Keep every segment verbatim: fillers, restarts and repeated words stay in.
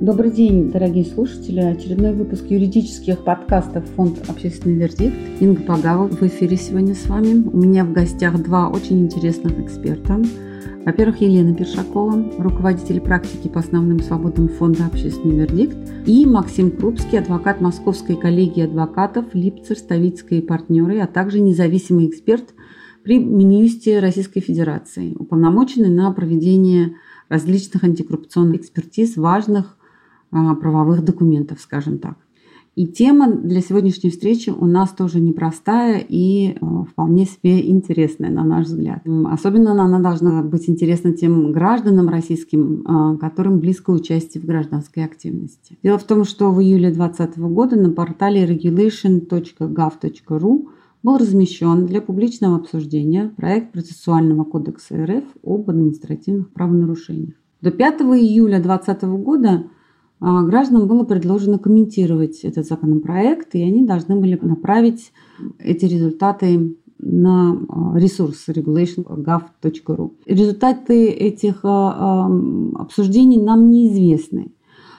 Добрый день, дорогие слушатели. Очередной выпуск юридических подкастов «Фонд Общественный вердикт». Инга Пагава в эфире сегодня с вами. У меня в гостях два очень интересных эксперта. Во-первых, Елена Першакова, руководитель практики по основным свободам Фонда «Общественный вердикт», и Максим Крупский, адвокат Московской коллегии адвокатов Липцер, Ставицкая и партнеры, а также независимый эксперт при Минюсте Российской Федерации, уполномоченный на проведение различных антикоррупционных экспертиз важных а, правовых документов, скажем так. И тема для сегодняшней встречи у нас тоже непростая и а, вполне себе интересная, на наш взгляд. Особенно она должна быть интересна тем гражданам российским, а, которым близко участие в гражданской активности. Дело в том, что в июле две тысячи двадцатого года на портале регулейшн точка гав точка ру был размещен для публичного обсуждения проект процессуального кодекса эр эф об административных правонарушениях. До пятого июля две тысячи двадцатого года гражданам было предложено комментировать этот законопроект, и они должны были направить эти результаты на ресурс регулейшн точка гав точка ру. Результаты этих обсуждений нам неизвестны,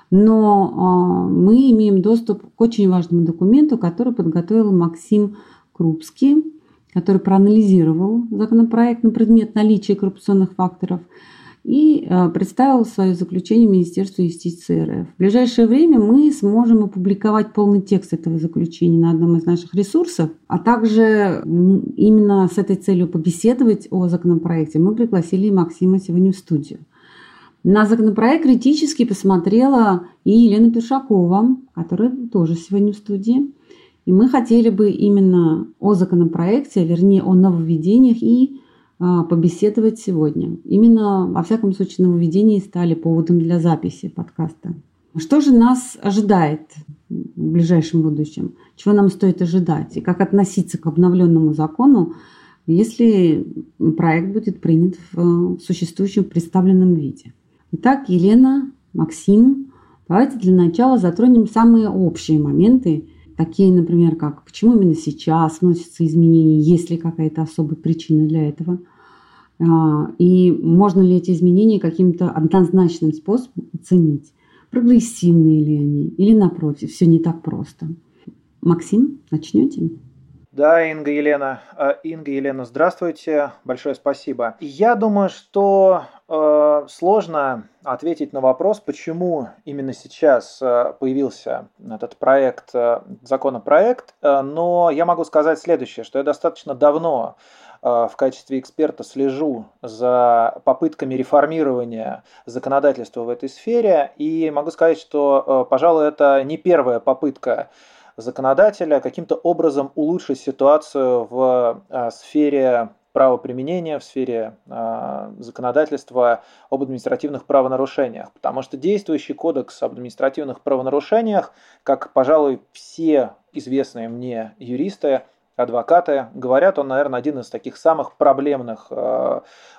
но мы имеем доступ к очень важному документу, который подготовил Максим Крупский, который проанализировал законопроект на предмет наличия коррупционных факторов и представил свое заключение Министерству юстиции эр эф. В ближайшее время мы сможем опубликовать полный текст этого заключения на одном из наших ресурсов, а также именно с этой целью побеседовать о законопроекте мы пригласили Максима сегодня в студию. На законопроект критически посмотрела и Елена Першакова, которая тоже сегодня в студии. И мы хотели бы именно о законопроекте, а вернее о нововведениях и а, побеседовать сегодня. Именно, во всяком случае, нововведения стали поводом для записи подкаста. Что же нас ожидает в ближайшем будущем? Чего нам стоит ожидать? И как относиться к обновленному закону, если проект будет принят в существующем представленном виде? Итак, Елена, Максим, давайте для начала затронем самые общие моменты, такие, например, как почему именно сейчас вносятся изменения, есть ли какая-то особая причина для этого, и можно ли эти изменения каким-то однозначным способом оценить, прогрессивные ли они, или напротив, все не так просто. Максим, начнете? Да, Инга, Елена. Инга, Елена, здравствуйте. Большое спасибо. Я думаю, что э, сложно ответить на вопрос, почему именно сейчас появился этот проект, законопроект, но я могу сказать следующее, что я достаточно давно в качестве эксперта слежу за попытками реформирования законодательства в этой сфере, и могу сказать, что, пожалуй, это не первая попытка законодателя каким-то образом улучшить ситуацию в а, сфере правоприменения, в сфере а, законодательства об административных правонарушениях. Потому что действующий кодекс об административных правонарушениях, как, пожалуй, все известные мне юристы, адвокаты говорят, он, наверное, один из таких самых проблемных а,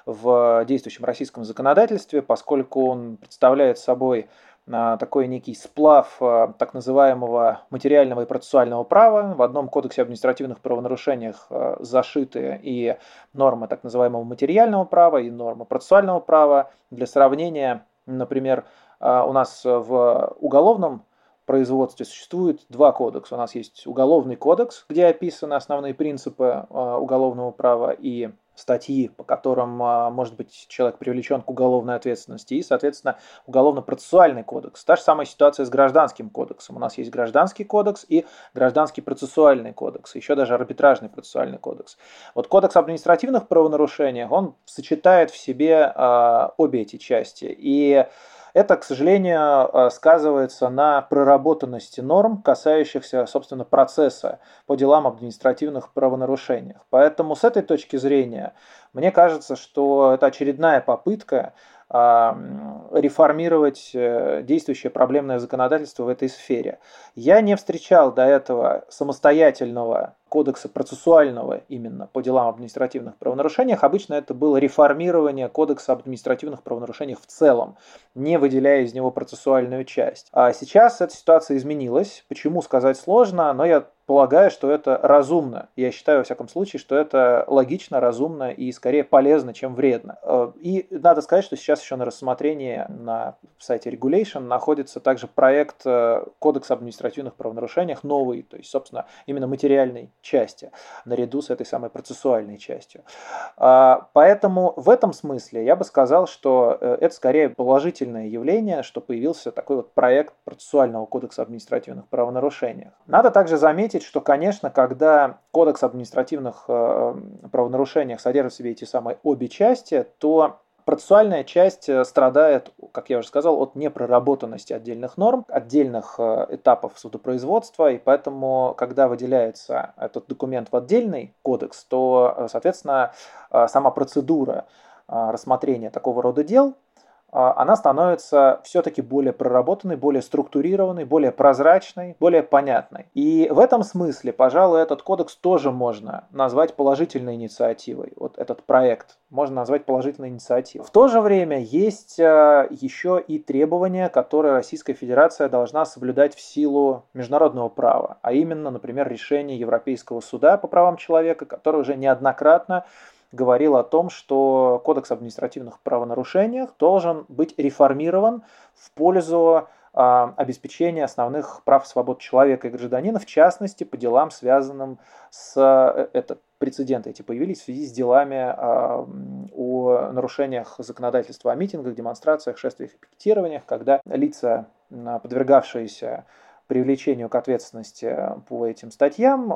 в действующем российском законодательстве, поскольку он представляет собой такой некий сплав так называемого материального и процессуального права. В одном кодексе об административных правонарушениях зашиты и нормы так называемого материального права, и нормы процессуального права. Для сравнения, например, у нас в уголовном производстве существует два кодекса. У нас есть уголовный кодекс, где описаны основные принципы уголовного права и статьи, по которым может быть человек привлечен к уголовной ответственности, и, соответственно, уголовно-процессуальный кодекс. Та же самая ситуация с гражданским кодексом. У нас есть гражданский кодекс и гражданский процессуальный кодекс, еще даже арбитражный процессуальный кодекс. Вот кодекс об административных правонарушениях, он сочетает в себе э, обе эти части, и это, к сожалению, сказывается на проработанности норм, касающихся, собственно, процесса по делам об административных правонарушениях. Поэтому с этой точки зрения, мне кажется, что это очередная попытка реформировать действующее проблемное законодательство в этой сфере. Я не встречал до этого самостоятельного кодекса процессуального именно по делам об административных правонарушениях, обычно это было реформирование кодекса об административных правонарушениях в целом, не выделяя из него процессуальную часть. А сейчас эта ситуация изменилась. Почему, сказать сложно, но я полагаю, что это разумно. Я считаю, во всяком случае, что это логично, разумно и скорее полезно, чем вредно. И надо сказать, что сейчас еще на рассмотрении на сайте Regulation находится также проект Кодекса об административных правонарушениях новый, то есть, собственно, именно материальной части, наряду с этой самой процессуальной частью. Поэтому в этом смысле я бы сказал, что это скорее положительное явление, что появился такой вот проект процессуального Кодекса об административных правонарушениях. Надо также заметить, что, конечно, когда Кодекс об административных э, правонарушениях содержит в себе эти самые обе части, то процессуальная часть страдает, как я уже сказал, от непроработанности отдельных норм, отдельных э, этапов судопроизводства, и поэтому, когда выделяется этот документ в отдельный кодекс, то, соответственно, э, сама процедура э, рассмотрения такого рода дел она становится все-таки более проработанной, более структурированной, более прозрачной, более понятной. И в этом смысле, пожалуй, этот кодекс тоже можно назвать положительной инициативой. Вот этот проект можно назвать положительной инициативой. В то же время есть еще и требования, которые Российская Федерация должна соблюдать в силу международного права, а именно, например, решение Европейского суда по правам человека, которое уже неоднократно говорил о том, что Кодекс об административных правонарушениях должен быть реформирован в пользу э, обеспечения основных прав и свобод человека и гражданина, в частности, по делам, связанным с... Это, прецеденты эти появились в связи с делами э, о нарушениях законодательства о митингах, демонстрациях, шествиях и пикетированиях, когда лица, подвергавшиеся привлечению к ответственности по этим статьям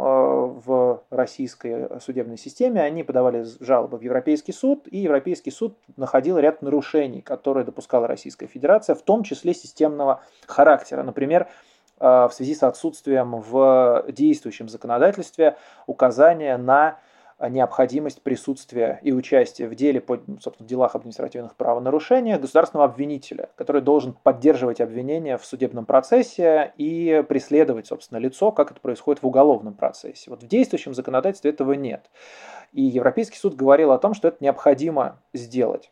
в российской судебной системе, они подавали жалобы в Европейский суд, и Европейский суд находил ряд нарушений, которые допускала Российская Федерация, в том числе системного характера. Например, в связи с отсутствием в действующем законодательстве указания на необходимость присутствия и участия в деле по, собственно, в делах об административных правонарушениях государственного обвинителя, который должен поддерживать обвинение в судебном процессе и преследовать, собственно, лицо, как это происходит в уголовном процессе. Вот в действующем законодательстве этого нет. И Европейский суд говорил о том, что это необходимо сделать.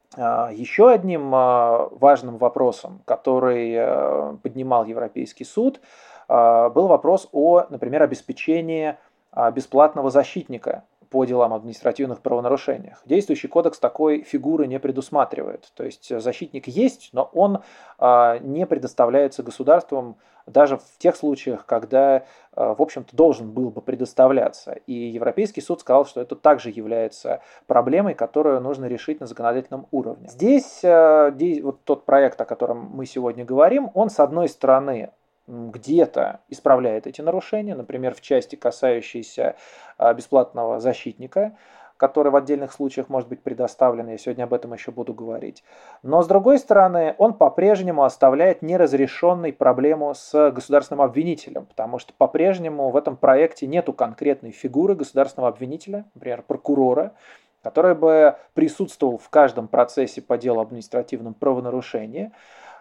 Еще одним важным вопросом, который поднимал Европейский суд, был вопрос о, например, обеспечении бесплатного защитника по делам об административных правонарушениях. Действующий кодекс такой фигуры не предусматривает. То есть защитник есть, но он не предоставляется государством даже в тех случаях, когда, в общем-то, должен был бы предоставляться. И Европейский суд сказал, что это также является проблемой, которую нужно решить на законодательном уровне. Здесь вот тот проект, о котором мы сегодня говорим, он, с одной стороны, где-то исправляет эти нарушения, например, в части, касающейся бесплатного защитника, который в отдельных случаях может быть предоставлен, я сегодня об этом еще буду говорить. Но, с другой стороны, он по-прежнему оставляет неразрешенной проблему с государственным обвинителем, потому что по-прежнему в этом проекте нету конкретной фигуры государственного обвинителя, например, прокурора, который бы присутствовал в каждом процессе по делу об административном правонарушении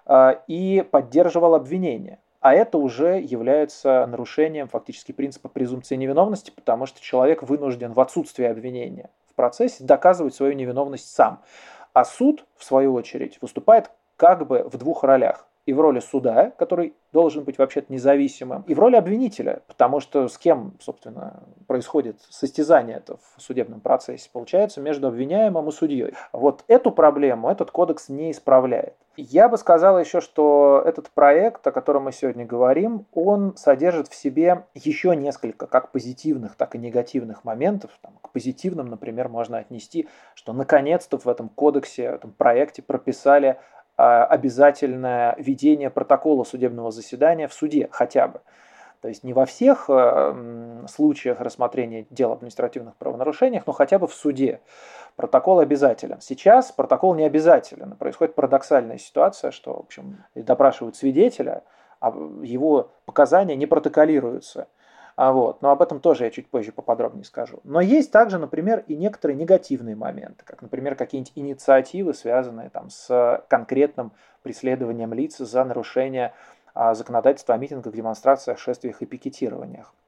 и поддерживал обвинение. А это уже является нарушением фактически принципа презумпции невиновности, потому что человек вынужден в отсутствии обвинения в процессе доказывать свою невиновность сам. А суд, в свою очередь, выступает как бы в двух ролях. И в роли суда, который должен быть вообще-то независимым, и в роли обвинителя, потому что с кем, собственно, происходит состязание это в судебном процессе, получается, между обвиняемым и судьей. Вот эту проблему этот кодекс не исправляет. Я бы сказал еще, что этот проект, о котором мы сегодня говорим, он содержит в себе еще несколько как позитивных, так и негативных моментов. Там, к позитивным, например, можно отнести, что наконец-то в этом кодексе, в этом проекте прописали обязательное ведение протокола судебного заседания в суде хотя бы. То есть не во всех э, случаях рассмотрения дел об административных правонарушениях, но хотя бы в суде. Протокол обязателен. Сейчас протокол не обязателен. Происходит парадоксальная ситуация, что, в общем, допрашивают свидетеля, а его показания не протоколируются. А вот. Но об этом тоже я чуть позже поподробнее скажу. Но есть также, например, и некоторые негативные моменты, как, например, какие-нибудь инициативы, связанные там, с конкретным преследованием лиц за нарушение а, законодательства о митингах, демонстрациях, шествиях и пикетированиях.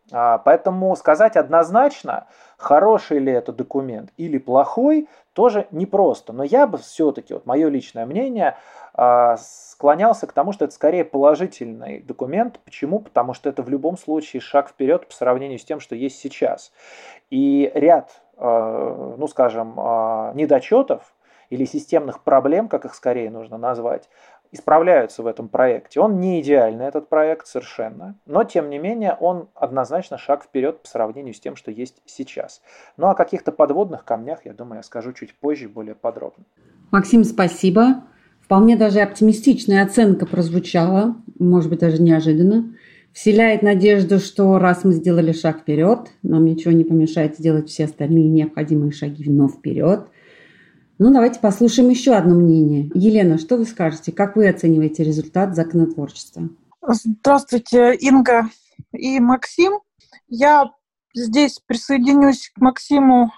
Поэтому сказать однозначно, хороший ли это документ или плохой, тоже непросто. Но я бы все-таки, вот мое личное мнение, склонялся к тому, что это скорее положительный документ. Почему? Потому что это в любом случае шаг вперед по сравнению с тем, что есть сейчас. И ряд, ну скажем, недочетов или системных проблем, как их скорее нужно назвать, исправляются в этом проекте. Он не идеальный, этот проект, совершенно, но тем не менее он однозначно шаг вперед по сравнению с тем, что есть сейчас. Ну о каких-то подводных камнях, я думаю, я скажу чуть позже, более подробно. Максим, спасибо. Вполне даже оптимистичная оценка прозвучала, может быть, даже неожиданно. Вселяет надежду, что раз мы сделали шаг вперед, нам ничего не помешает сделать все остальные необходимые шаги, но вперед. Ну, давайте послушаем еще одно мнение. Елена, что вы скажете? Как вы оцениваете результат законотворчества? Здравствуйте, Инга и Максим. Я здесь присоединюсь к Максиму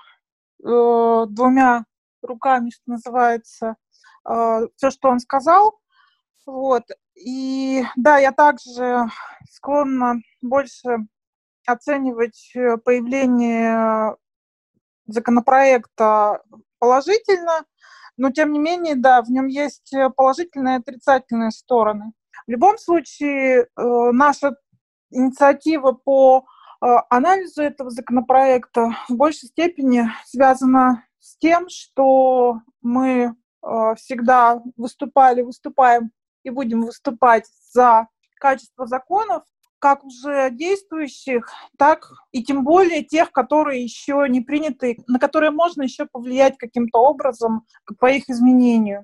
э, двумя руками, что называется, э, все, что он сказал. Вот. И да, я также склонна больше оценивать появление законопроекта положительно, но тем не менее, да, в нем есть положительные и отрицательные стороны. В любом случае, э, наша инициатива по э, анализу этого законопроекта в большей степени связана с тем, что мы э, всегда выступали, выступаем и будем выступать за качество законов, как уже действующих, так и тем более тех, которые еще не приняты, на которые можно еще повлиять каким-то образом по их изменению.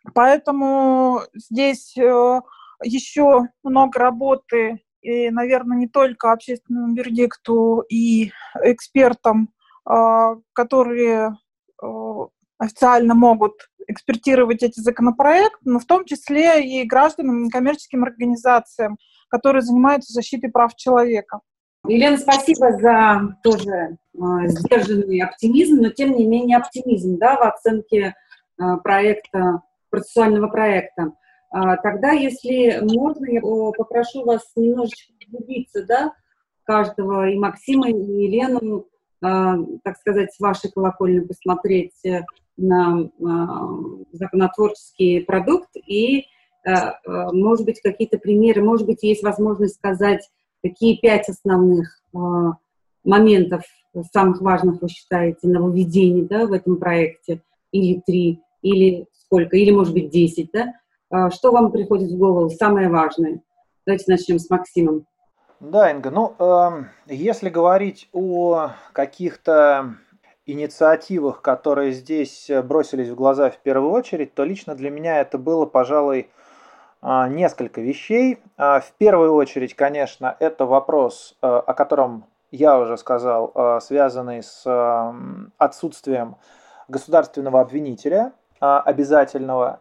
Поэтому здесь э, еще много работы, и, наверное, не только общественному вердикту и экспертам, э, которые э, официально могут экспертировать эти законопроекты, но в том числе и гражданам, и некоммерческим организациям, которые занимаются защитой прав человека. Елена, спасибо за тоже э, сдержанный оптимизм, но тем не менее оптимизм, да, в оценке э, проекта, процессуального проекта. А, тогда, если можно, я попрошу вас немножечко углубиться, да, каждого, и Максима, и Елену, э, так сказать, с вашей колокольни посмотреть на э, законотворческий продукт и может быть, какие-то примеры, может быть, есть возможность сказать, какие пять основных э, моментов, самых важных вы считаете, нововведений, да, в этом проекте, или три, или сколько, или, может быть, десять, да? Э, что вам приходит в голову, самое важное? Давайте начнем с Максимом. Да, Инга, ну, э, если говорить о каких-то инициативах, которые здесь бросились в глаза в первую очередь, то лично для меня это было, пожалуй, несколько вещей. В первую очередь, конечно, это вопрос, о котором я уже сказал, связанный с отсутствием государственного обвинителя обязательного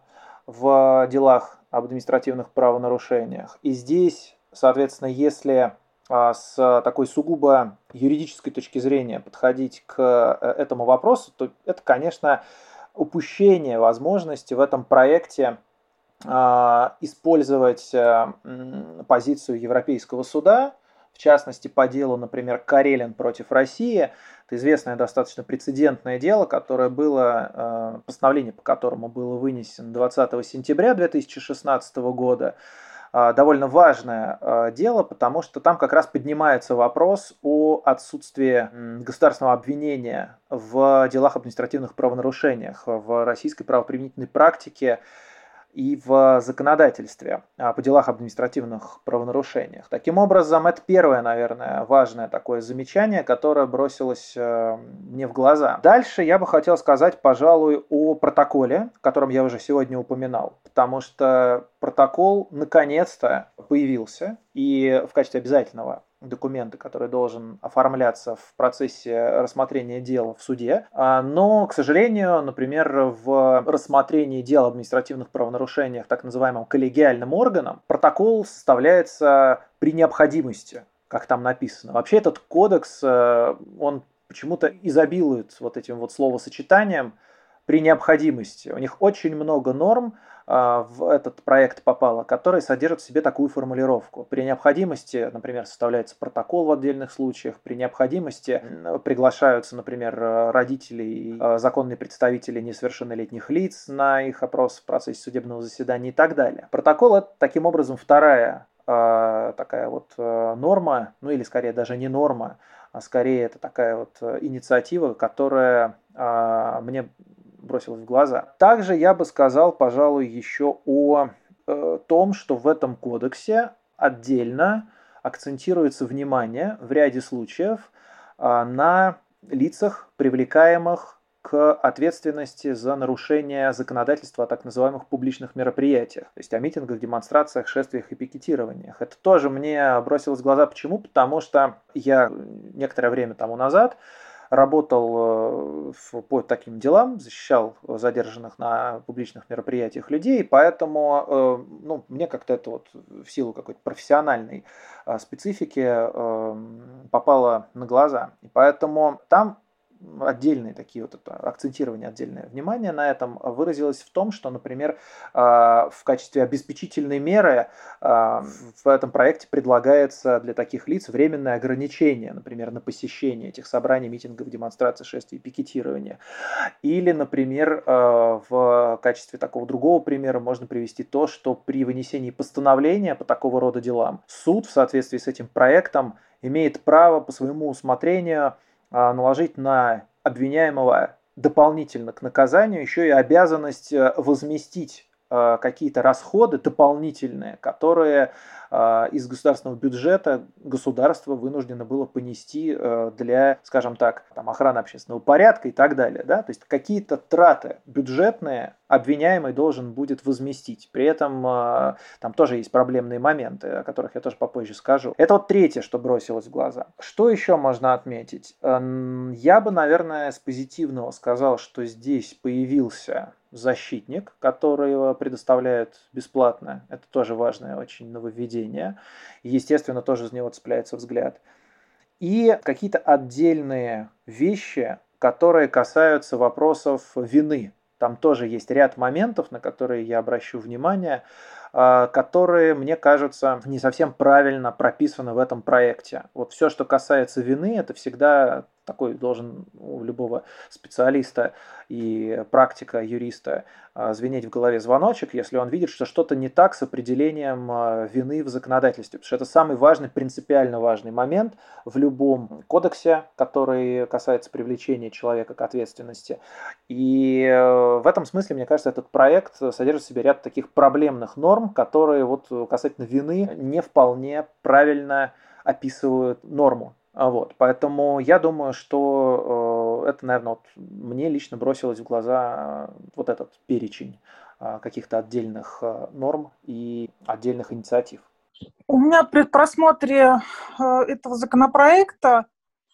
в делах об административных правонарушениях. И здесь, соответственно, если с такой сугубо юридической точки зрения подходить к этому вопросу, то это, конечно, упущение возможности в этом проекте использовать позицию Европейского суда, в частности, по делу, например, Карелин против России. Это известное достаточно прецедентное дело, которое было, постановление по которому было вынесено двадцатого сентября две тысячи шестнадцатого года. Довольно важное дело, потому что там как раз поднимается вопрос о отсутствии государственного обвинения в делах об административных правонарушениях в российской правоприменительной практике и в законодательстве по делах об административных правонарушениях. Таким образом, это первое, наверное, важное такое замечание, которое бросилось мне в глаза. Дальше я бы хотел сказать, пожалуй, о протоколе, о котором я уже сегодня упоминал, потому что протокол наконец-то появился, и в качестве обязательного документа, который должен оформляться в процессе рассмотрения дела в суде. Но, к сожалению, например, в рассмотрении дел об административных правонарушениях так называемым коллегиальным органом протокол составляется при необходимости, как там написано. Вообще этот кодекс, он почему-то изобилует вот этим вот словосочетанием при необходимости. У них очень много норм в этот проект попало, которые содержат в себе такую формулировку. При необходимости, например, составляется протокол в отдельных случаях, при необходимости приглашаются, например, родители и законные представители несовершеннолетних лиц на их опрос в процессе судебного заседания и так далее. Протокол – это, таким образом, вторая такая вот норма, ну или скорее даже не норма, а скорее это такая вот инициатива, которая мне бросилось в глаза. Также я бы сказал, пожалуй, еще о э, том, что в этом кодексе отдельно акцентируется внимание в ряде случаев э, на лицах, привлекаемых к ответственности за нарушение законодательства о так называемых публичных мероприятиях, то есть о митингах, демонстрациях, шествиях и пикетированиях. Это тоже мне бросилось в глаза. Почему? Потому что я некоторое время тому назад работал по таким делам, защищал задержанных на публичных мероприятиях людей, поэтому ну, мне как-то это вот в силу какой-то профессиональной специфики попало на глаза. И поэтому там отдельные такие вот это, акцентирование, отдельное внимание на этом выразилось в том, что, например, в качестве обеспечительной меры в этом проекте предлагается для таких лиц временное ограничение, например, на посещение этих собраний, митингов, демонстраций, шествий, пикетирования. Или, например, в качестве такого другого примера можно привести то, что при вынесении постановления по такого рода делам суд в соответствии с этим проектом имеет право по своему усмотрению наложить на обвиняемого дополнительно к наказанию еще и обязанность возместить какие-то расходы дополнительные, которые из государственного бюджета государство вынуждено было понести для, скажем так, там, охраны общественного порядка и так далее. Да? То есть какие-то траты бюджетные обвиняемый должен будет возместить. При этом там тоже есть проблемные моменты, о которых я тоже попозже скажу. Это вот третье, что бросилось в глаза. Что еще можно отметить? Я бы, наверное, с позитивного сказал, что здесь появился защитник, который предоставляют бесплатно. Это тоже важное очень нововведение. Естественно, тоже из него цепляется взгляд. И какие-то отдельные вещи, которые касаются вопросов вины. Там тоже есть ряд моментов, на которые я обращу внимание, которые, мне кажется, не совсем правильно прописаны в этом проекте. Вот все, что касается вины, это всегда такой должен у любого специалиста и практика, юриста звенеть в голове звоночек, если он видит, что что-то не так с определением вины в законодательстве. Потому что это самый важный, принципиально важный момент в любом кодексе, который касается привлечения человека к ответственности. И в этом смысле, мне кажется, этот проект содержит в себе ряд таких проблемных норм, которые вот касательно вины не вполне правильно описывают норму. Вот, поэтому я думаю, что э, это, наверное, вот мне лично бросилось в глаза э, вот этот перечень э, каких-то отдельных э, норм и отдельных инициатив. У меня при просмотре э, этого законопроекта,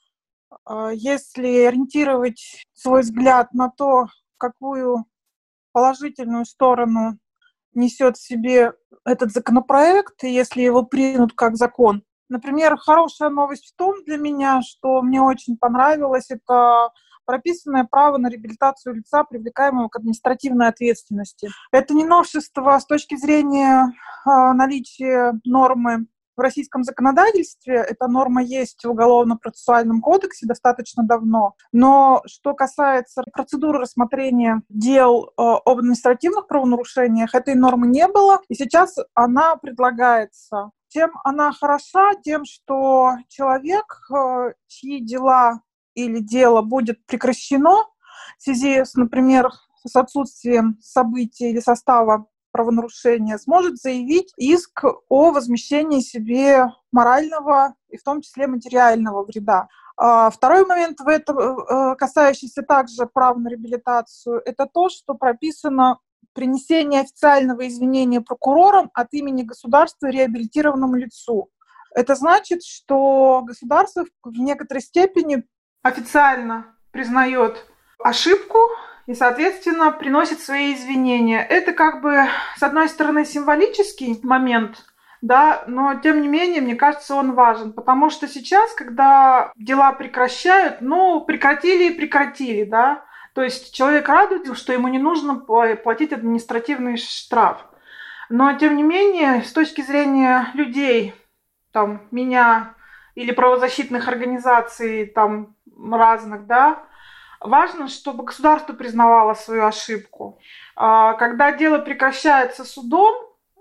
э, если ориентировать свой взгляд на то, какую положительную сторону несет в себе этот законопроект, и если его примут как закон. Например, хорошая новость в том для меня, что мне очень понравилось, это прописанное право на реабилитацию лица, привлекаемого к административной ответственности. Это не новшество с точки зрения э, наличия нормы в российском законодательстве. Эта норма есть в Уголовно-процессуальном кодексе достаточно давно. Но что касается процедуры рассмотрения дел э, об административных правонарушениях, этой нормы не было, и сейчас она предлагается. Чем она хороша? Тем, что человек, чьи дела или дело будет прекращено в связи с, например, с отсутствием событий или состава правонарушения, сможет заявить иск о возмещении себе морального и в том числе материального вреда. Второй момент, в этом, касающийся также права на реабилитацию, это то, что прописано принесение официального извинения прокурором от имени государства реабилитированному лицу. Это значит, что государство в некоторой степени официально признает ошибку и, соответственно, приносит свои извинения. Это как бы, с одной стороны, символический момент, да, но, тем не менее, мне кажется, он важен, потому что сейчас, когда дела прекращают, ну, прекратили и прекратили, да, То есть человек радуется, что ему не нужно платить административный штраф. Но, тем не менее, с точки зрения людей, там, меня или правозащитных организаций там, разных, да, важно, чтобы государство признавало свою ошибку. А когда дело прекращается судом,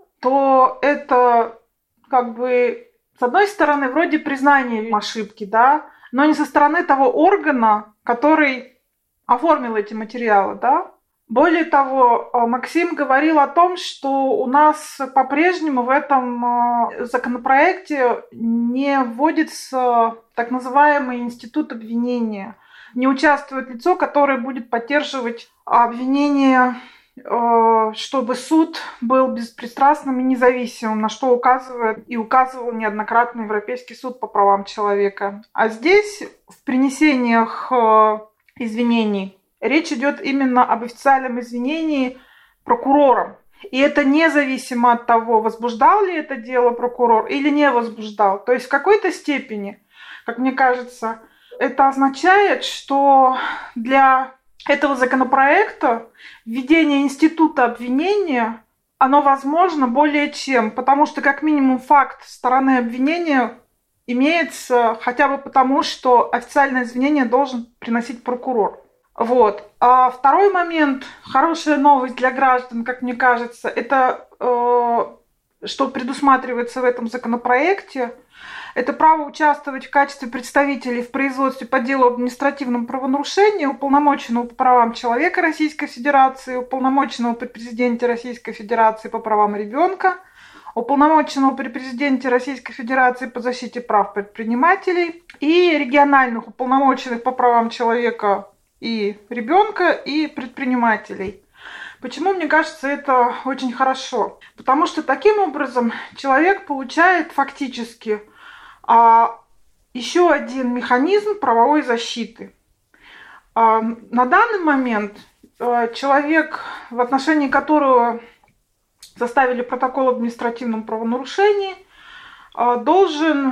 то это как бы, с одной стороны, вроде признание ошибки, да, но не со стороны того органа, который оформил эти материалы, да. Более того, Максим говорил о том, что у нас по-прежнему в этом законопроекте не вводится так называемый институт обвинения. Не участвует лицо, которое будет поддерживать обвинение, чтобы суд был беспристрастным и независимым, на что указывает и указывал неоднократно Европейский суд по правам человека. А здесь в принесениях извинений речь идет именно об официальном извинении прокурором. И это независимо от того, возбуждал ли это дело прокурор или не возбуждал. То есть в какой-то степени, как мне кажется, это означает, что для этого законопроекта введение института обвинения, оно возможно более чем, потому что как минимум факт стороны обвинения имеется хотя бы потому, что официальное извинение должен приносить прокурор. Вот. А второй момент, хорошая новость для граждан, как мне кажется, это э, что предусматривается в этом законопроекте, это право участвовать в качестве представителей в производстве по делу об административном правонарушении уполномоченного по правам человека Российской Федерации, уполномоченного при президенте Российской Федерации по правам ребенка, уполномоченного при президенте Российской Федерации по защите прав предпринимателей и региональных уполномоченных по правам человека и ребенка, и предпринимателей. Почему, мне кажется, это очень хорошо? Потому что таким образом человек получает фактически а, еще один механизм правовой защиты. А, на данный момент а, человек, в отношении которого составили протокол об административном правонарушении, а, должен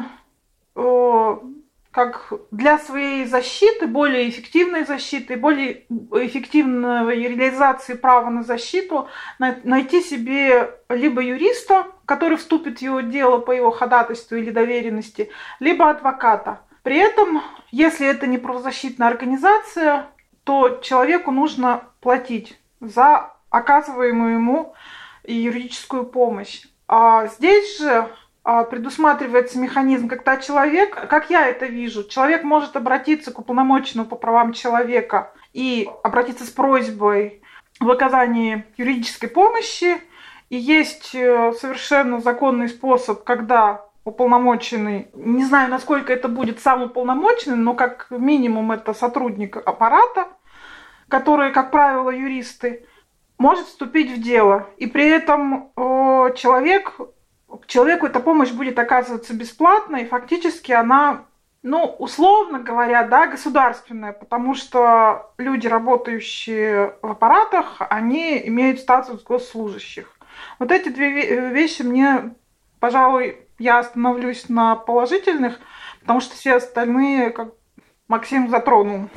а, как для своей защиты, более эффективной защиты, более эффективной реализации права на защиту, найти себе либо юриста, который вступит в его дело по его ходатайству или доверенности, либо адвоката. При этом, если это не правозащитная организация, то человеку нужно платить за оказываемую ему юридическую помощь. А здесь же предусматривается механизм, когда человек, как я это вижу, человек может обратиться к уполномоченному по правам человека и обратиться с просьбой в оказании юридической помощи. И есть совершенно законный способ, когда уполномоченный, не знаю, насколько это будет сам уполномоченный, но как минимум это сотрудник аппарата, которые, как правило, юристы, может вступить в дело. И при этом человек... Человеку эта помощь будет оказываться бесплатно, и фактически она, ну, условно говоря, да, государственная, потому что люди, работающие в аппаратах, они имеют статус госслужащих. Вот эти две вещи мне, пожалуй, я остановлюсь на положительных, потому что все остальные, как Максим затронул.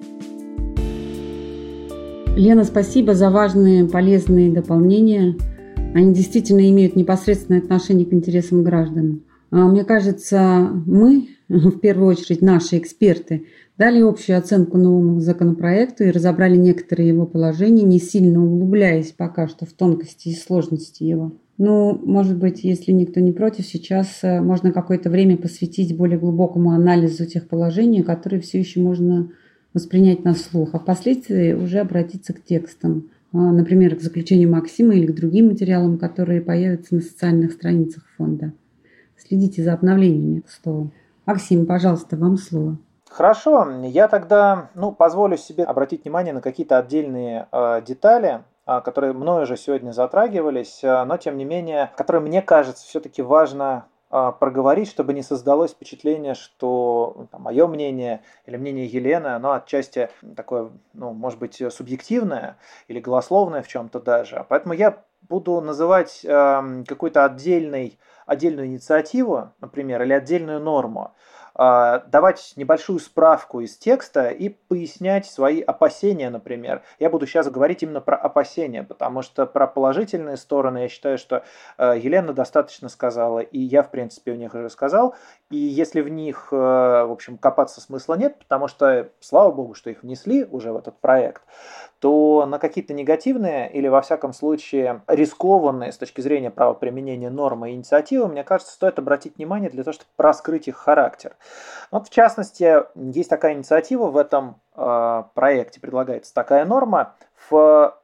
Лена, спасибо за важные, полезные дополнения. Они действительно имеют непосредственное отношение к интересам граждан. Мне кажется, мы, в первую очередь наши эксперты, дали общую оценку новому законопроекту и разобрали некоторые его положения, не сильно углубляясь пока что в тонкости и сложности его. Ну, может быть, если никто не против, сейчас можно какое-то время посвятить более глубокому анализу тех положений, которые все еще можно воспринять на слух, а впоследствии уже обратиться к текстам. Например, к заключению Максима или к другим материалам, которые появятся на социальных страницах фонда. Следите за обновлениями к слову. Максим, пожалуйста, вам слово. Хорошо, я тогда ну, позволю себе обратить внимание на какие-то отдельные э, детали, э, которые мною уже сегодня затрагивались, э, но тем не менее, которые мне кажется все-таки важно проговорить, чтобы не создалось впечатление, что там, мое мнение или мнение Елены, оно отчасти такое, ну, может быть, субъективное или голословное в чем-то даже. Поэтому я буду называть э, какую-то отдельный, отдельную инициативу, например, или отдельную норму, э, давать небольшую справку из текста и пояснять свои опасения, например. Я буду сейчас говорить именно про опасения, потому что про положительные стороны я считаю, что э, Елена достаточно сказала, и я, в принципе, в них уже сказал. И если в них, э, в общем, копаться смысла нет, потому что, слава богу, что их внесли уже в этот проект, то на какие-то негативные или, во всяком случае, рискованные с точки зрения правоприменения нормы и инициативы, мне кажется, стоит обратить внимание для того, чтобы раскрыть их характер. Вот, в частности, есть такая инициатива в этом э, проекте, предлагается такая норма в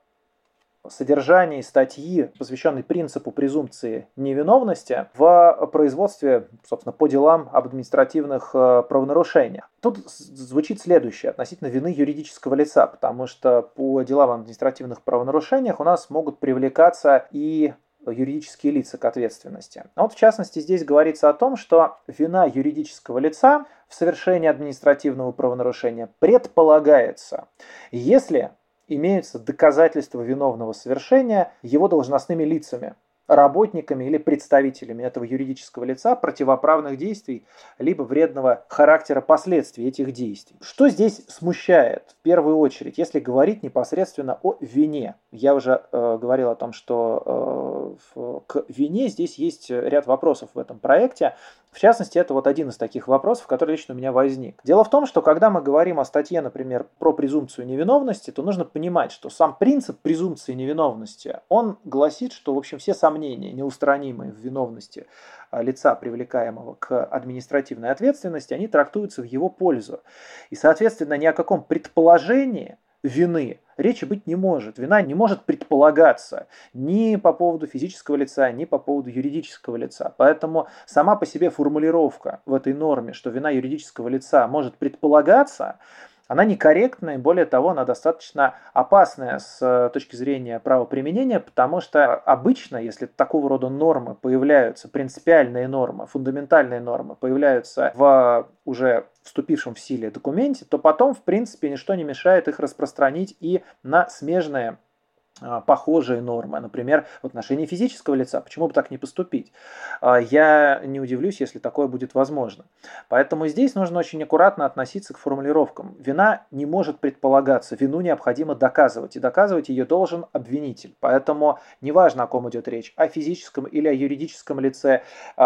содержании статьи, посвященной принципу презумпции невиновности в производстве, собственно, по делам об административных правонарушениях. Тут звучит следующее относительно вины юридического лица, потому что по делам об административных правонарушениях у нас могут привлекаться и юридические лица к ответственности. А вот в частности здесь говорится о том, что вина юридического лица в совершении административного правонарушения предполагается, если имеются доказательства виновного совершения его должностными лицами, работниками или представителями этого юридического лица противоправных действий либо вредного характера последствий этих действий. Что здесь смущает в первую очередь, если говорить непосредственно о вине? Я уже э, говорил о том, что э, к вине здесь есть ряд вопросов в этом проекте. В частности, это вот один из таких вопросов, который лично у меня возник. Дело в том, что когда мы говорим о статье, например, про презумпцию невиновности, то нужно понимать, что сам принцип презумпции невиновности, он гласит, что, в общем, все сомнения, неустранимые в виновности лица, привлекаемого к административной ответственности, они трактуются в его пользу. И, соответственно, ни о каком предположении вины речи быть не может. Вина не может предполагаться ни по поводу физического лица, ни по поводу юридического лица. Поэтому сама по себе формулировка в этой норме, что вина юридического лица может предполагаться, она некорректная, и более того, она достаточно опасная с точки зрения правоприменения, потому что обычно, если такого рода нормы появляются, принципиальные нормы, фундаментальные нормы появляются в уже вступившем в силе документе, то потом, в принципе, ничто не мешает их распространить и на смежные похожие нормы, например, в отношении физического лица. Почему бы так не поступить? Я не удивлюсь, если такое будет возможно. Поэтому здесь нужно очень аккуратно относиться к формулировкам. Вина не может предполагаться, вину необходимо доказывать, и доказывать ее должен обвинитель. Поэтому неважно, о ком идет речь, о физическом или о юридическом лице,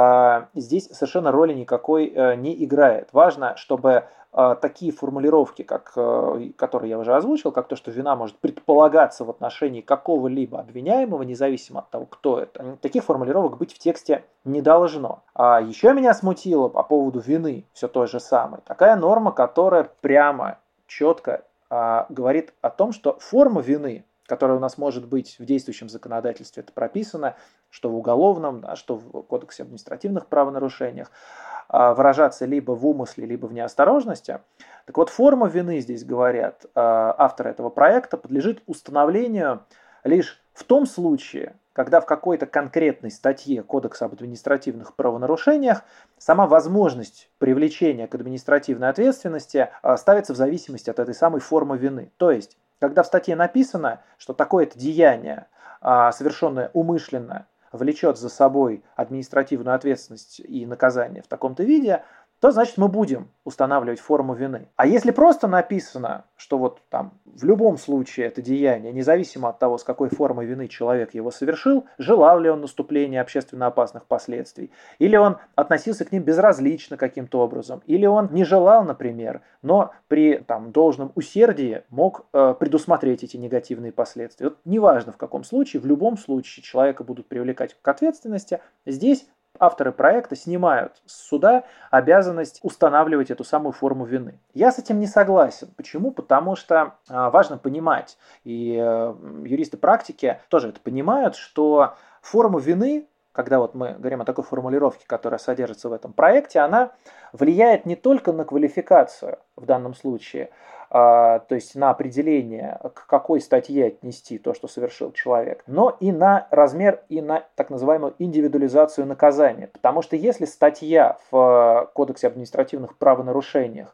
здесь совершенно роли никакой не играет. Важно, чтобы такие формулировки, как, которые я уже озвучил, как то, что вина может предполагаться в отношении какого-либо обвиняемого, независимо от того, кто это, таких формулировок быть в тексте не должно. А еще меня смутило по поводу вины все то же самое. Такая норма, которая прямо, четко а, говорит о том, что форма вины, которая у нас может быть в действующем законодательстве, это прописано, что в уголовном, да, что в Кодексе об административных правонарушениях, выражаться либо в умысле, либо в неосторожности. Так вот, форма вины, здесь говорят авторы этого проекта, подлежит установлению лишь в том случае, когда в какой-то конкретной статье Кодекса об административных правонарушениях сама возможность привлечения к административной ответственности ставится в зависимости от этой самой формы вины. То есть, когда в статье написано, что такое-то деяние, совершенное умышленно, влечет за собой административную ответственность и наказание в таком-то виде, то значит мы будем устанавливать форму вины. А если просто написано, что вот там в любом случае это деяние, независимо от того, с какой формой вины человек его совершил, желал ли он наступления общественно опасных последствий, или он относился к ним безразлично каким-то образом, или он не желал, например, но при там, должном усердии мог э, предусмотреть эти негативные последствия. Вот неважно в каком случае, в любом случае человека будут привлекать к ответственности, здесь авторы проекта снимают с суда обязанность устанавливать эту самую форму вины. Я с этим не согласен. Почему? Потому что а, важно понимать, и а, юристы практики тоже это понимают, что форма вины, когда вот мы говорим о такой формулировке, которая содержится в этом проекте, она влияет не только на квалификацию в данном случае, то есть на определение, к какой статье отнести то, что совершил человек, но и на размер, и на так называемую индивидуализацию наказания. Потому что если статья в Кодексе об административных правонарушениях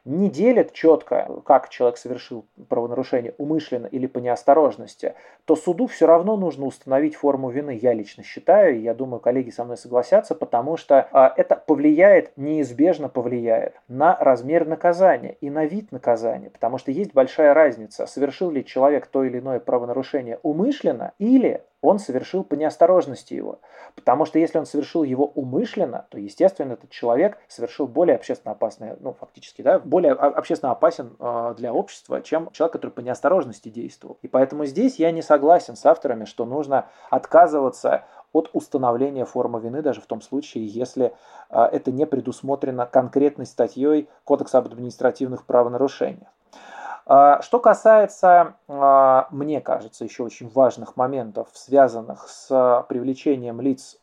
не делит четко, как человек совершил правонарушение умышленно или по неосторожности, то суду все равно нужно установить форму вины, я лично считаю, и я думаю, коллеги со мной согласятся, потому что а, это повлияет, неизбежно повлияет на размер наказания и на вид наказания, потому что есть большая разница, совершил ли человек то или иное правонарушение умышленно или он совершил по неосторожности его. Потому что если он совершил его умышленно, то, естественно, этот человек совершил более общественно опасное, ну, фактически, да, более общественно опасен э, для общества, чем человек, который по неосторожности действовал. И поэтому здесь я не согласен с авторами, что нужно отказываться от установления формы вины, даже в том случае, если э, это не предусмотрено конкретной статьей Кодекса об административных правонарушениях. Что касается, мне кажется, еще очень важных моментов, связанных с привлечением лиц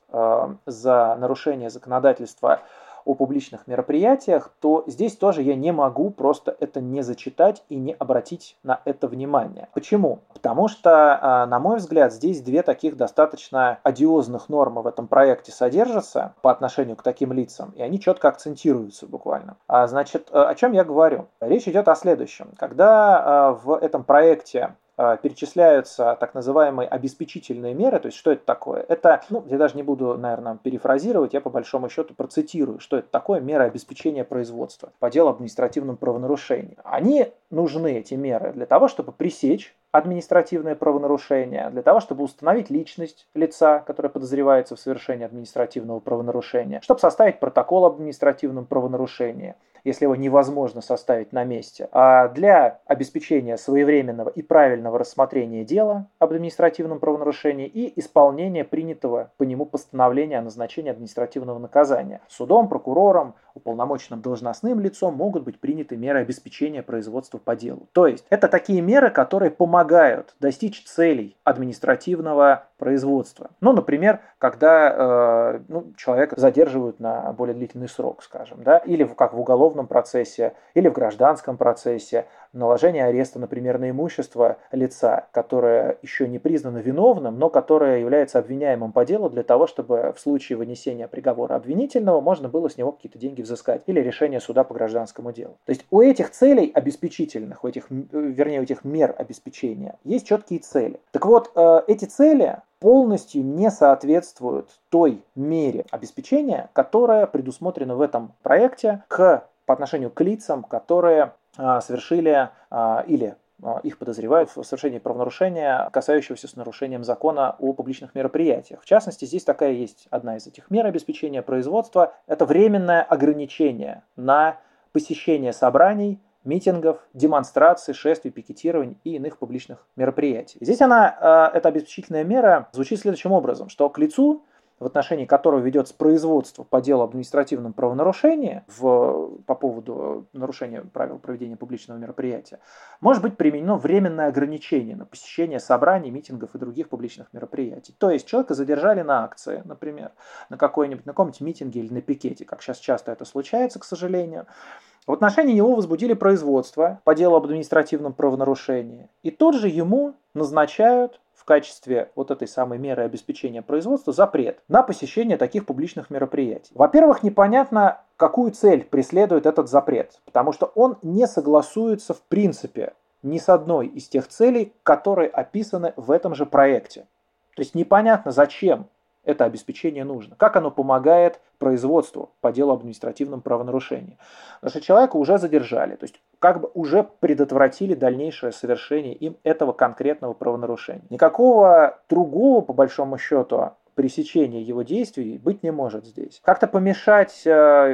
за нарушение законодательства о публичных мероприятиях, то здесь тоже я не могу просто это не зачитать и не обратить на это внимание. Почему? Потому что, на мой взгляд, здесь две таких достаточно одиозных нормы в этом проекте содержатся по отношению к таким лицам, и они четко акцентируются буквально. А, значит, о чем я говорю? Речь идет о следующем. Когда в этом проекте перечисляются так называемые обеспечительные меры. То есть, что это такое? Это, ну, я даже не буду, наверное, перефразировать, я по большому счету процитирую, что это такое: меры обеспечения производства по делу об административном правонарушении. Они нужны, эти меры, для того, чтобы пресечь административное правонарушение, для того, чтобы установить личность лица, которое подозревается в совершении административного правонарушения, чтобы составить протокол об административном правонарушении, если его невозможно составить на месте, а для обеспечения своевременного и правильного рассмотрения дела об административном правонарушении и исполнения принятого по нему постановления о назначении административного наказания. Судом, прокурором, уполномоченным должностным лицом могут быть приняты меры обеспечения производства по делу. То есть это такие меры, которые помогают достичь целей административного производства. Ну, например, когда э, ну, человека задерживают на более длительный срок, скажем, да, или как в уголовном процессе, или в гражданском процессе, наложение ареста, например, на имущество лица, которое еще не признано виновным, но которое является обвиняемым по делу, для того, чтобы в случае вынесения приговора обвинительного можно было с него какие-то деньги взыскать, или решение суда по гражданскому делу. То есть у этих целей обеспечительных, у этих, вернее, у этих мер обеспечения есть четкие цели. Так вот, эти цели полностью не соответствуют той мере обеспечения, которая предусмотрена в этом проекте к, по отношению к лицам, которые а, совершили а, или а, их подозревают в совершении правонарушения, касающегося с нарушением закона о публичных мероприятиях. В частности, здесь такая есть одна из этих мер обеспечения производства. Это временное ограничение на посещение собраний, митингов, демонстраций, шествий, пикетирований и иных публичных мероприятий. Здесь она, эта обеспечительная мера, звучит следующим образом, что к лицу, в отношении которого ведется производство по делу об административном правонарушении в, по поводу нарушения правил проведения публичного мероприятия, может быть применено временное ограничение на посещение собраний, митингов и других публичных мероприятий. То есть человека задержали на акции, например, на какой-нибудь, на каком-нибудь митинге или на пикете, как сейчас часто это случается, к сожалению. В отношении него возбудили производство по делу об административном правонарушении. И тут же ему назначают в качестве вот этой самой меры обеспечения производства запрет на посещение таких публичных мероприятий. Во-первых, непонятно, какую цель преследует этот запрет, потому что он не согласуется в принципе ни с одной из тех целей, которые описаны в этом же проекте. То есть непонятно, зачем это обеспечение нужно, как оно помогает производству по делу об административном правонарушении. Потому что человека уже задержали, то есть как бы уже предотвратили дальнейшее совершение им этого конкретного правонарушения. Никакого другого, по большому счету, пресечения его действий быть не может здесь. Как-то помешать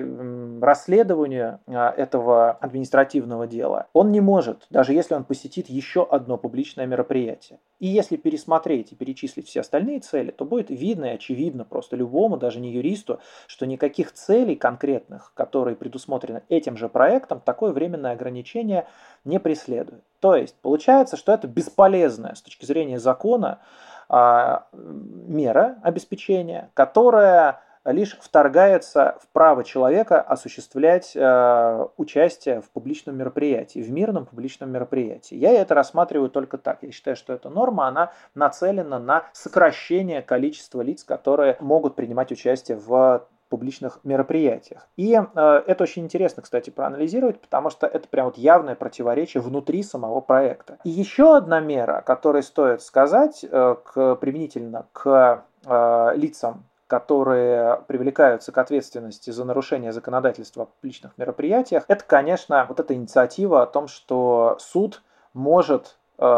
э, расследованию э, этого административного дела он не может, даже если он посетит еще одно публичное мероприятие. И если пересмотреть и перечислить все остальные цели, то будет видно и очевидно просто любому, даже не юристу, что никаких целей конкретных, которые предусмотрены этим же проектом, такое временное ограничение не преследует. То есть получается, что это бесполезная с точки зрения закона мера обеспечения, которая лишь вторгается в право человека осуществлять э, участие в публичном мероприятии, в мирном публичном мероприятии. Я это рассматриваю только так. Я считаю, что эта норма, она нацелена на сокращение количества лиц, которые могут принимать участие в публичных мероприятиях. И э, это очень интересно, кстати, проанализировать, потому что это прям вот явное противоречие внутри самого проекта. И еще одна мера, о которой стоит сказать, э, к, применительно к э, лицам, которые привлекаются к ответственности за нарушение законодательства о публичных мероприятиях, это, конечно, вот эта инициатива о том, что суд может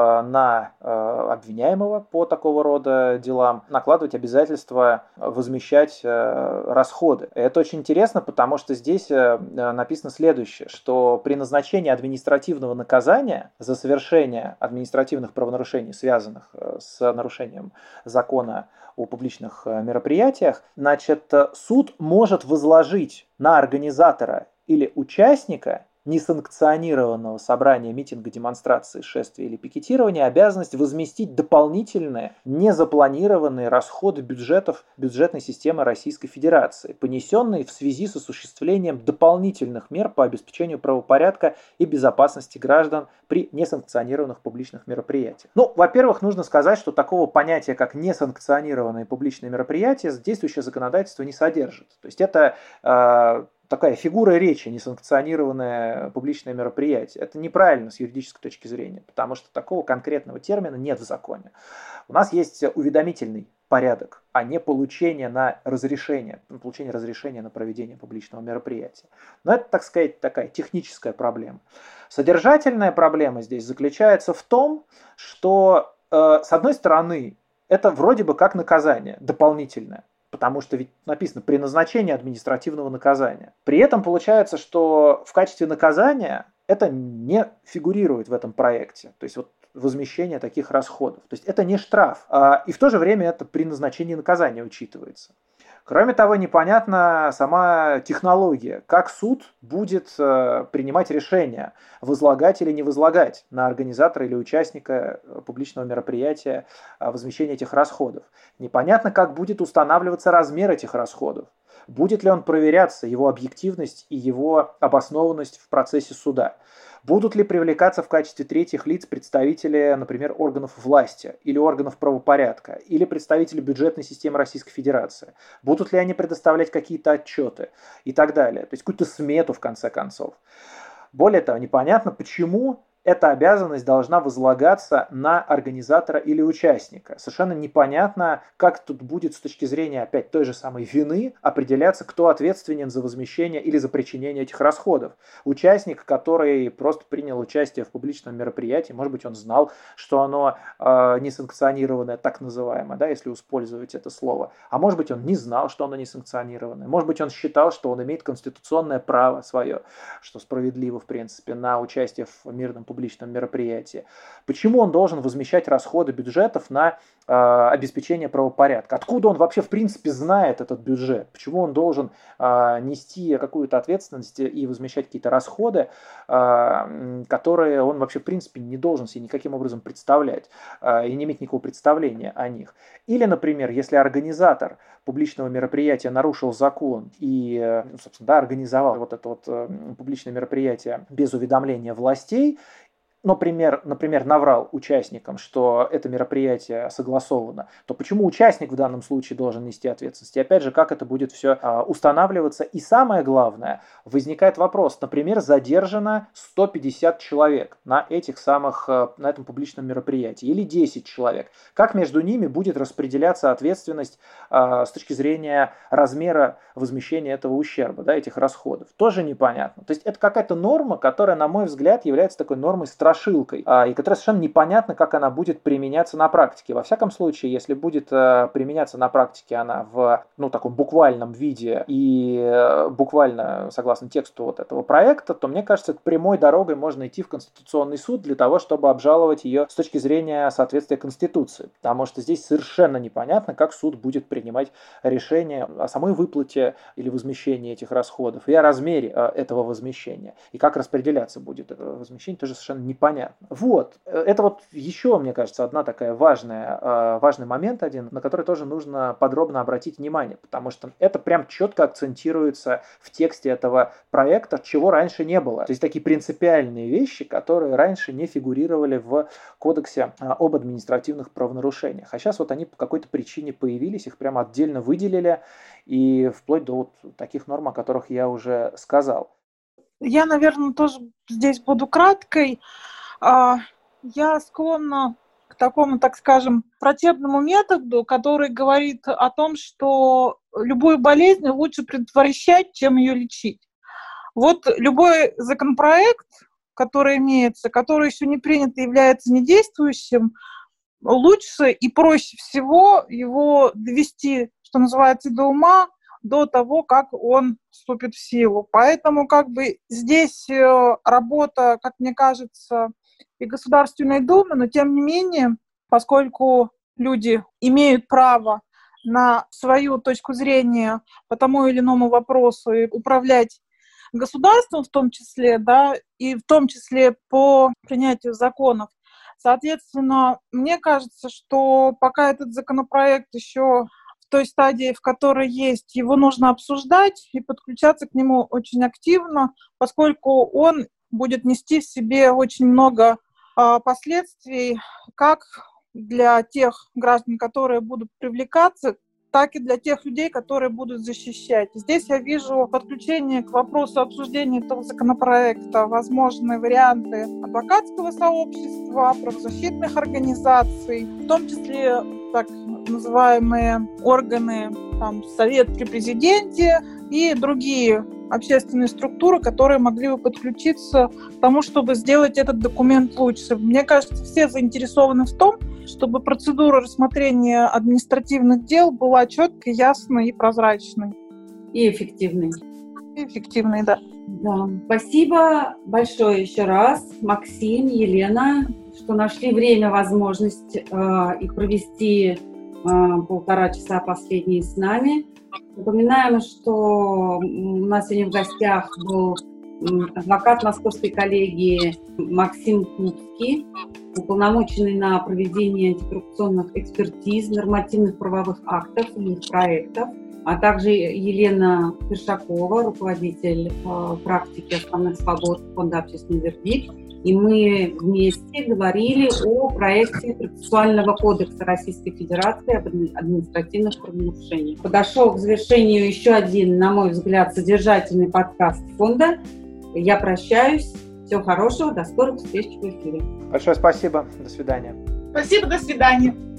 на обвиняемого по такого рода делам накладывать обязательства возмещать расходы. Это очень интересно, потому что здесь написано следующее, что при назначении административного наказания за совершение административных правонарушений, связанных с нарушением закона о публичных мероприятиях, значит, суд может возложить на организатора или участника несанкционированного собрания, митинга, демонстрации, шествия или пикетирования обязанность возместить дополнительные незапланированные расходы бюджетов бюджетной системы Российской Федерации, понесенные в связи с осуществлением дополнительных мер по обеспечению правопорядка и безопасности граждан при несанкционированных публичных мероприятиях. Ну, во-первых, нужно сказать, что такого понятия, как несанкционированные публичные мероприятия, действующее законодательство не содержит. То есть это э, такая фигура речи, несанкционированное публичное мероприятие. Это неправильно с юридической точки зрения, потому что такого конкретного термина нет в законе. У нас есть уведомительный порядок, а не получение на разрешение, получение разрешения на проведение публичного мероприятия. Но это, так сказать, такая техническая проблема. Содержательная проблема здесь заключается в том, что, э, с одной стороны, это вроде бы как наказание дополнительное, потому что ведь написано при назначении административного наказания. При этом получается, что в качестве наказания это не фигурирует в этом проекте. То есть вот возмещение таких расходов. То есть это не штраф. И в то же время это при назначении наказания учитывается. Кроме того, непонятна сама технология, как суд будет принимать решение, возлагать или не возлагать на организатора или участника публичного мероприятия возмещение этих расходов. Непонятно, как будет устанавливаться размер этих расходов. Будет ли он проверяться, его объективность и его обоснованность в процессе суда. Будут ли привлекаться в качестве третьих лиц представители, например, органов власти или органов правопорядка, или представители бюджетной системы Российской Федерации? Будут ли они предоставлять какие-то отчеты и так далее? То есть какую-то смету, в конце концов. Более того, непонятно, почему эта обязанность должна возлагаться на организатора или участника. Совершенно непонятно, как тут будет с точки зрения опять той же самой вины определяться, кто ответственен за возмещение или за причинение этих расходов. Участник, который просто принял участие в публичном мероприятии, может быть, он знал, что оно э, несанкционированное, так называемое, да, если использовать это слово. А может быть, он не знал, что оно несанкционированное. Может быть, он считал, что он имеет конституционное право свое, что справедливо, в принципе, на участие в мирном публичном мероприятии. Почему он должен возмещать расходы бюджетов на э, обеспечение правопорядка? Откуда он вообще в принципе знает этот бюджет? Почему он должен э, нести какую-то ответственность и возмещать какие-то расходы, э, которые он вообще в принципе не должен себе никаким образом представлять э, и не иметь никакого представления о них? Или, например, если организатор публичного мероприятия нарушил закон и, собственно, да, организовал вот это вот э, публичное мероприятие без уведомления властей, Например, например, наврал участникам, что это мероприятие согласовано, то почему участник в данном случае должен нести ответственность? И опять же, как это будет все устанавливаться? И самое главное, возникает вопрос, например, задержано сто пятьдесят человек на этих самых, на этом публичном мероприятии, или десять человек. Как между ними будет распределяться ответственность с точки зрения размера возмещения этого ущерба, да, этих расходов? Тоже непонятно. То есть это какая-то норма, которая, на мой взгляд, является такой нормой страшной, страшилкой, и которая совершенно непонятно, как она будет применяться на практике. Во всяком случае, если будет применяться на практике она в, ну, таком буквальном виде и буквально согласно тексту вот этого проекта, то, мне кажется, прямой дорогой можно идти в Конституционный суд для того, чтобы обжаловать ее с точки зрения соответствия Конституции. Потому что здесь совершенно непонятно, как суд будет принимать решение о самой выплате или возмещении этих расходов и о размере этого возмещения. И как распределяться будет это возмещение, тоже совершенно непонятно. непонятно. Вот. Это вот еще, мне кажется, одна такая важная, важный момент один, на который тоже нужно подробно обратить внимание, потому что это прям четко акцентируется в тексте этого проекта, чего раньше не было. То есть такие принципиальные вещи, которые раньше не фигурировали в Кодексе об административных правонарушениях. А сейчас вот они по какой-то причине появились, их прямо отдельно выделили, и вплоть до вот таких норм, о которых я уже сказал. Я, наверное, тоже здесь буду краткой. Я склонна к такому, так скажем, врачебному методу, который говорит о том, что любую болезнь лучше предотвращать, чем ее лечить. Вот любой законопроект, который имеется, который еще не принят и является недействующим, лучше и проще всего его довести, что называется, до ума, до того, как он вступит в силу. Поэтому как бы здесь работа, как мне кажется, и Государственной Думы, но тем не менее, поскольку люди имеют право на свою точку зрения по тому или иному вопросу и управлять государством в том числе, да, и в том числе по принятию законов, соответственно, мне кажется, что пока этот законопроект еще в той стадии, в которой есть, его нужно обсуждать и подключаться к нему очень активно, поскольку он будет нести в себе очень много а, последствий, как для тех граждан, которые будут привлекаться, так и для тех людей, которые будут защищать. Здесь я вижу подключение к вопросу обсуждения этого законопроекта, возможные варианты адвокатского сообщества, правозащитных организаций, в том числе так называемые органы, там, Совет при президенте и другие общественные структуры, которые могли бы подключиться к тому, чтобы сделать этот документ лучше. Мне кажется, все заинтересованы в том, чтобы процедура рассмотрения административных дел была четкой, ясной и прозрачной. И эффективной. И эффективной, да. Да. Спасибо большое еще раз, Максим, Елена, что нашли время, возможность э, и провести э, полтора часа последние с нами. Напоминаем, что у нас сегодня в гостях был адвокат Московской коллегии Максим Купский, уполномоченный на проведение антикоррупционных экспертиз, нормативных правовых актов и их проектов, а также Елена Першакова, руководитель э, практики основных свобод Фонда «Общественный вердикт». И мы вместе говорили о проекте процессуального кодекса Российской Федерации об административных правонарушениях. Подошел к завершению еще один, на мой взгляд, содержательный подкаст фонда. Я прощаюсь. Всего хорошего. До скорых встреч в эфире. Большое спасибо. До свидания. Спасибо. До свидания.